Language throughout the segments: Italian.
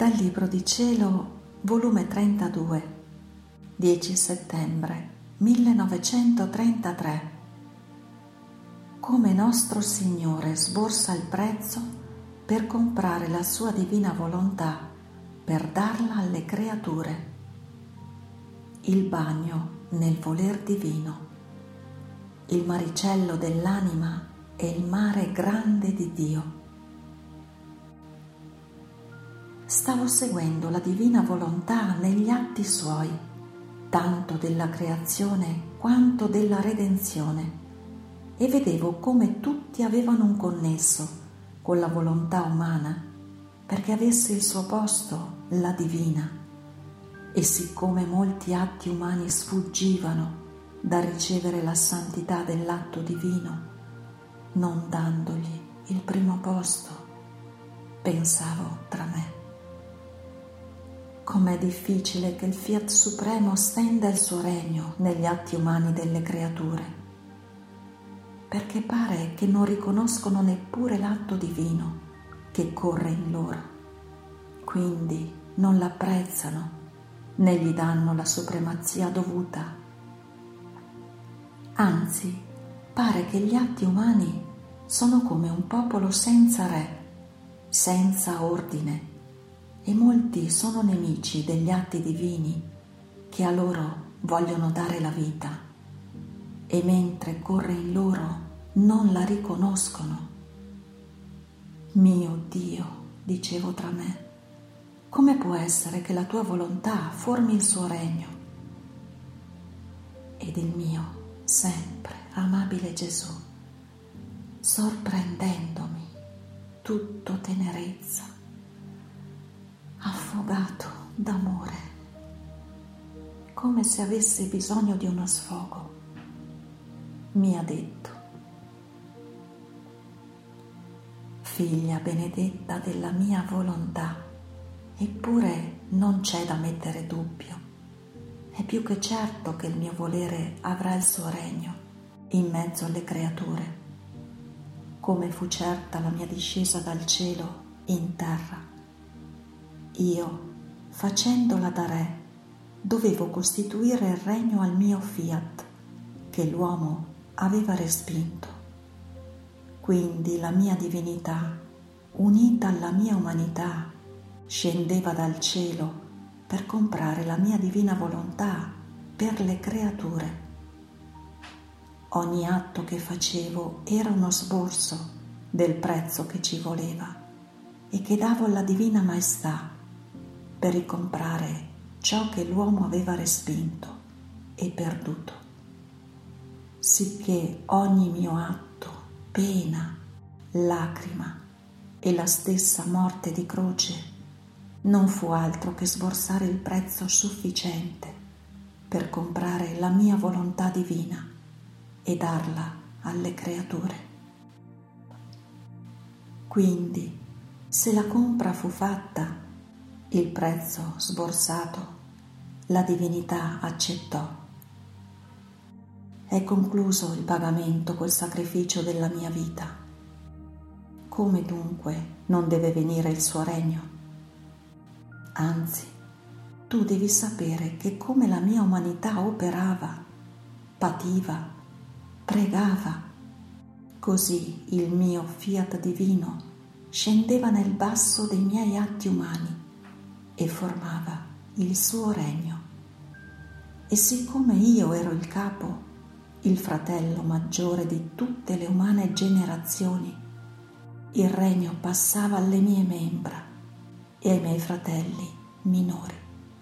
Dal Libro di Cielo, volume 32, 10 settembre 1933. Come nostro Signore sborsa il prezzo per comprare la sua divina volontà, per darla alle creature. Il bagno nel voler divino, il maricello dell'anima e il mare grande di Dio. Stavo seguendo la divina volontà negli atti suoi, tanto della creazione quanto della redenzione, e vedevo come tutti avevano un connesso con la volontà umana perché avesse il suo posto la divina, e siccome molti atti umani sfuggivano da ricevere la santità dell'atto divino, non dandogli il primo posto, pensavo tra me: com'è difficile che il Fiat Supremo stenda il suo regno negli atti umani delle creature, perché pare che non riconoscono neppure l'atto divino che corre in loro, quindi non l'apprezzano né gli danno la supremazia dovuta. Anzi, pare che gli atti umani sono come un popolo senza re, senza ordine, e molti sono nemici degli atti divini che a loro vogliono dare la vita, e mentre corre in loro non la riconoscono. Mio Dio, dicevo tra me, come può essere che la tua volontà formi il suo regno? Ed il mio sempre amabile Gesù, sorprendendomi, tutto tenerezza, affogato d'amore, come se avesse bisogno di uno sfogo, mi ha detto: figlia benedetta della mia volontà, eppure non c'è da mettere dubbio, è più che certo che il mio volere avrà il suo regno in mezzo alle creature, come fu certa la mia discesa dal cielo in terra. Io, facendola da re, dovevo costituire il regno al mio fiat, che l'uomo aveva respinto. Quindi la mia divinità, unita alla mia umanità, scendeva dal cielo per comprare la mia divina volontà per le creature. Ogni atto che facevo era uno sborso del prezzo che ci voleva e che davo alla divina maestà per ricomprare ciò che l'uomo aveva respinto e perduto, sicché ogni mio atto, pena, lacrima e la stessa morte di croce non fu altro che sborsare il prezzo sufficiente per comprare la mia volontà divina e darla alle creature. Quindi, se la compra fu fatta, il prezzo sborsato, la divinità accettò. È concluso il pagamento col sacrificio della mia vita. Come dunque non deve venire il suo regno? Anzi, tu devi sapere che come la mia umanità operava, pativa, pregava, così il mio fiat divino scendeva nel basso dei miei atti umani e formava il suo regno. E siccome io ero il capo, il fratello maggiore di tutte le umane generazioni, il regno passava alle mie membra e ai miei fratelli minori.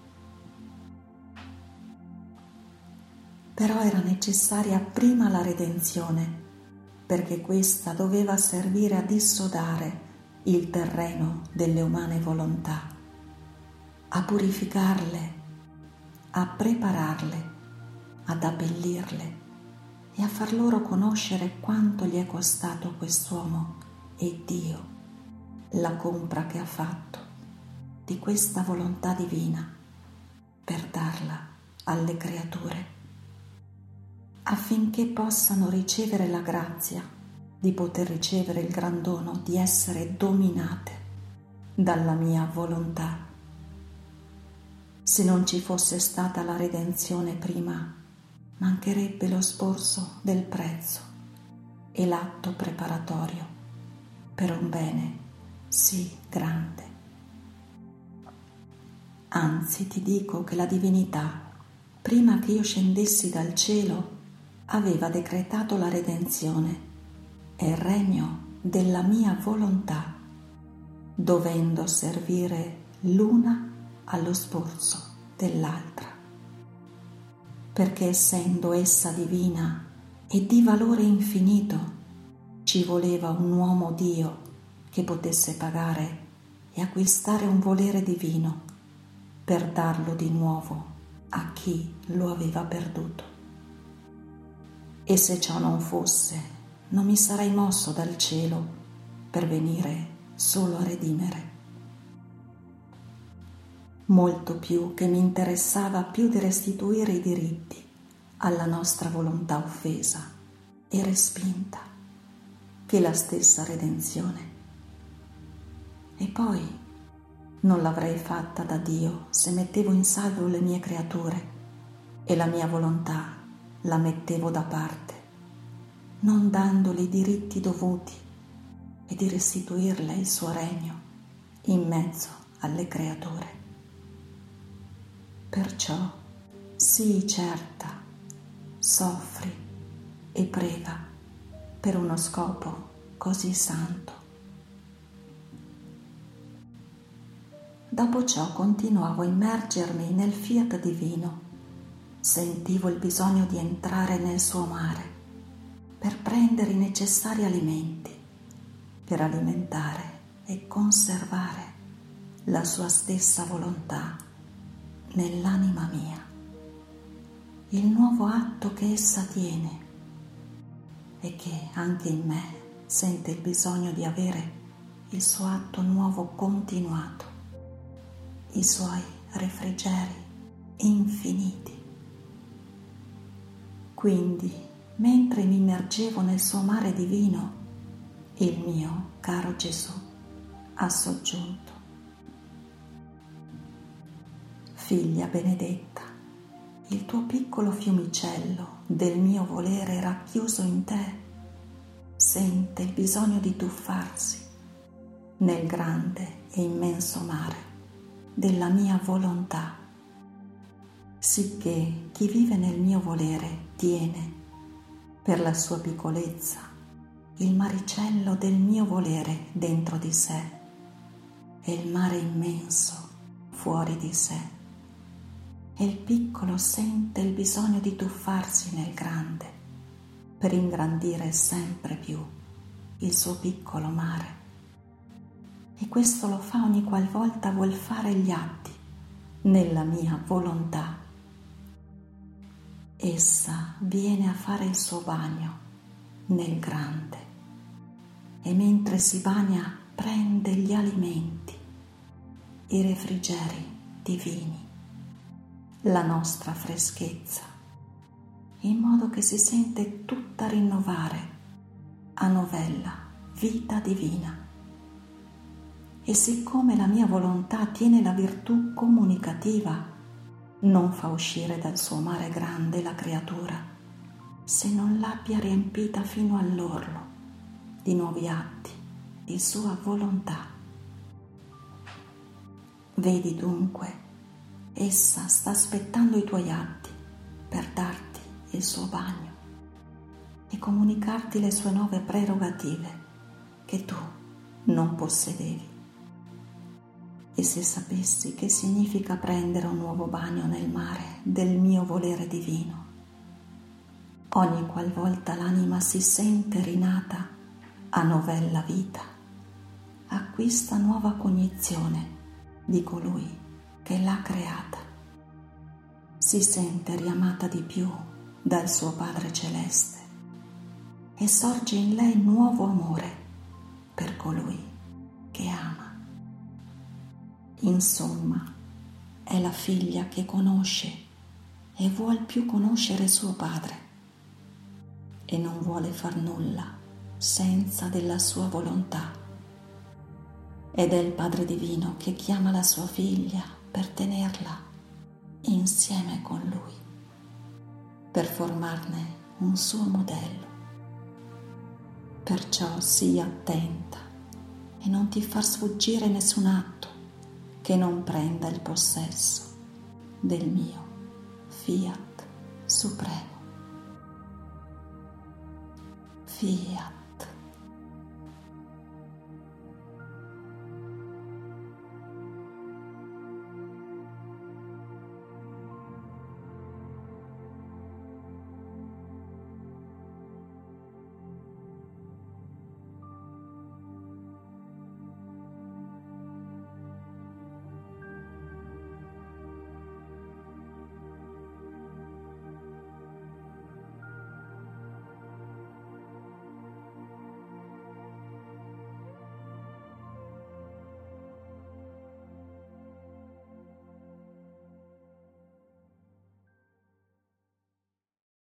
Però era necessaria prima la redenzione, perché questa doveva servire a dissodare il terreno delle umane volontà, a purificarle, a prepararle, ad abbellirle e a far loro conoscere quanto gli è costato quest'uomo e Dio, la compra che ha fatto di questa volontà divina per darla alle creature, affinché possano ricevere la grazia di poter ricevere il gran dono di essere dominate dalla mia volontà Se non ci fosse stata la redenzione prima, mancherebbe lo sborso del prezzo e l'atto preparatorio per un bene sì grande. Anzi, ti dico che la divinità, prima che io scendessi dal cielo, aveva decretato la redenzione e il regno della mia volontà, dovendo servire l'una allo sborso dell'altra, perché essendo essa divina e di valore infinito, ci voleva un uomo Dio che potesse pagare e acquistare un volere divino per darlo di nuovo a chi lo aveva perduto. E se ciò non fosse, non mi sarei mosso dal cielo per venire solo a redimere. Molto più che mi interessava più di restituire i diritti alla nostra volontà offesa e respinta che la stessa redenzione. E poi non l'avrei fatta da Dio se mettevo in salvo le mie creature e la mia volontà la mettevo da parte, non dandole i diritti dovuti e di restituirle il suo regno in mezzo alle creature. Perciò sii certa, soffri e prega per uno scopo così santo. Dopo ciò continuavo a immergermi nel fiat divino, sentivo il bisogno di entrare nel suo mare per prendere i necessari alimenti, per alimentare e conservare la sua stessa volontà nell'anima mia, il nuovo atto che essa tiene e che anche in me sente il bisogno di avere il suo atto nuovo continuato, i suoi refrigeri infiniti. Quindi, mentre mi immergevo nel suo mare divino, il mio caro Gesù ha soggiunto: Figlia benedetta, il tuo piccolo fiumicello del mio volere racchiuso in te sente il bisogno di tuffarsi nel grande e immenso mare della mia volontà, sicché chi vive nel mio volere tiene, per la sua piccolezza, il maricello del mio volere dentro di sé e il mare immenso fuori di sé. E il piccolo sente il bisogno di tuffarsi nel grande per ingrandire sempre più il suo piccolo mare. E questo lo fa ogni qualvolta vuol fare gli atti nella mia volontà. Essa viene a fare il suo bagno nel grande e mentre si bagna prende gli alimenti, i refrigeri divini, la nostra freschezza, in modo che si sente tutta rinnovare a novella vita divina. E siccome la mia volontà tiene la virtù comunicativa, non fa uscire dal suo mare grande la creatura se non l'abbia riempita fino all'orlo di nuovi atti di sua volontà. Vedi dunque, essa sta aspettando i tuoi atti per darti il suo bagno e comunicarti le sue nuove prerogative che tu non possedevi. E se sapessi che significa prendere un nuovo bagno nel mare del mio volere divino, ogni qualvolta l'anima si sente rinata a novella vita, acquista nuova cognizione di colui che l'ha creata, si sente riamata di più dal suo Padre Celeste e sorge in lei nuovo amore per colui che ama. Insomma, è la figlia che conosce e vuol più conoscere suo padre e non vuole far nulla senza della sua volontà. Ed è il Padre Divino che chiama la sua figlia per tenerla insieme con Lui per formarne un suo modello. Perciò sii attenta e non ti far sfuggire nessun atto che non prenda il possesso del mio Fiat Supremo. Fiat.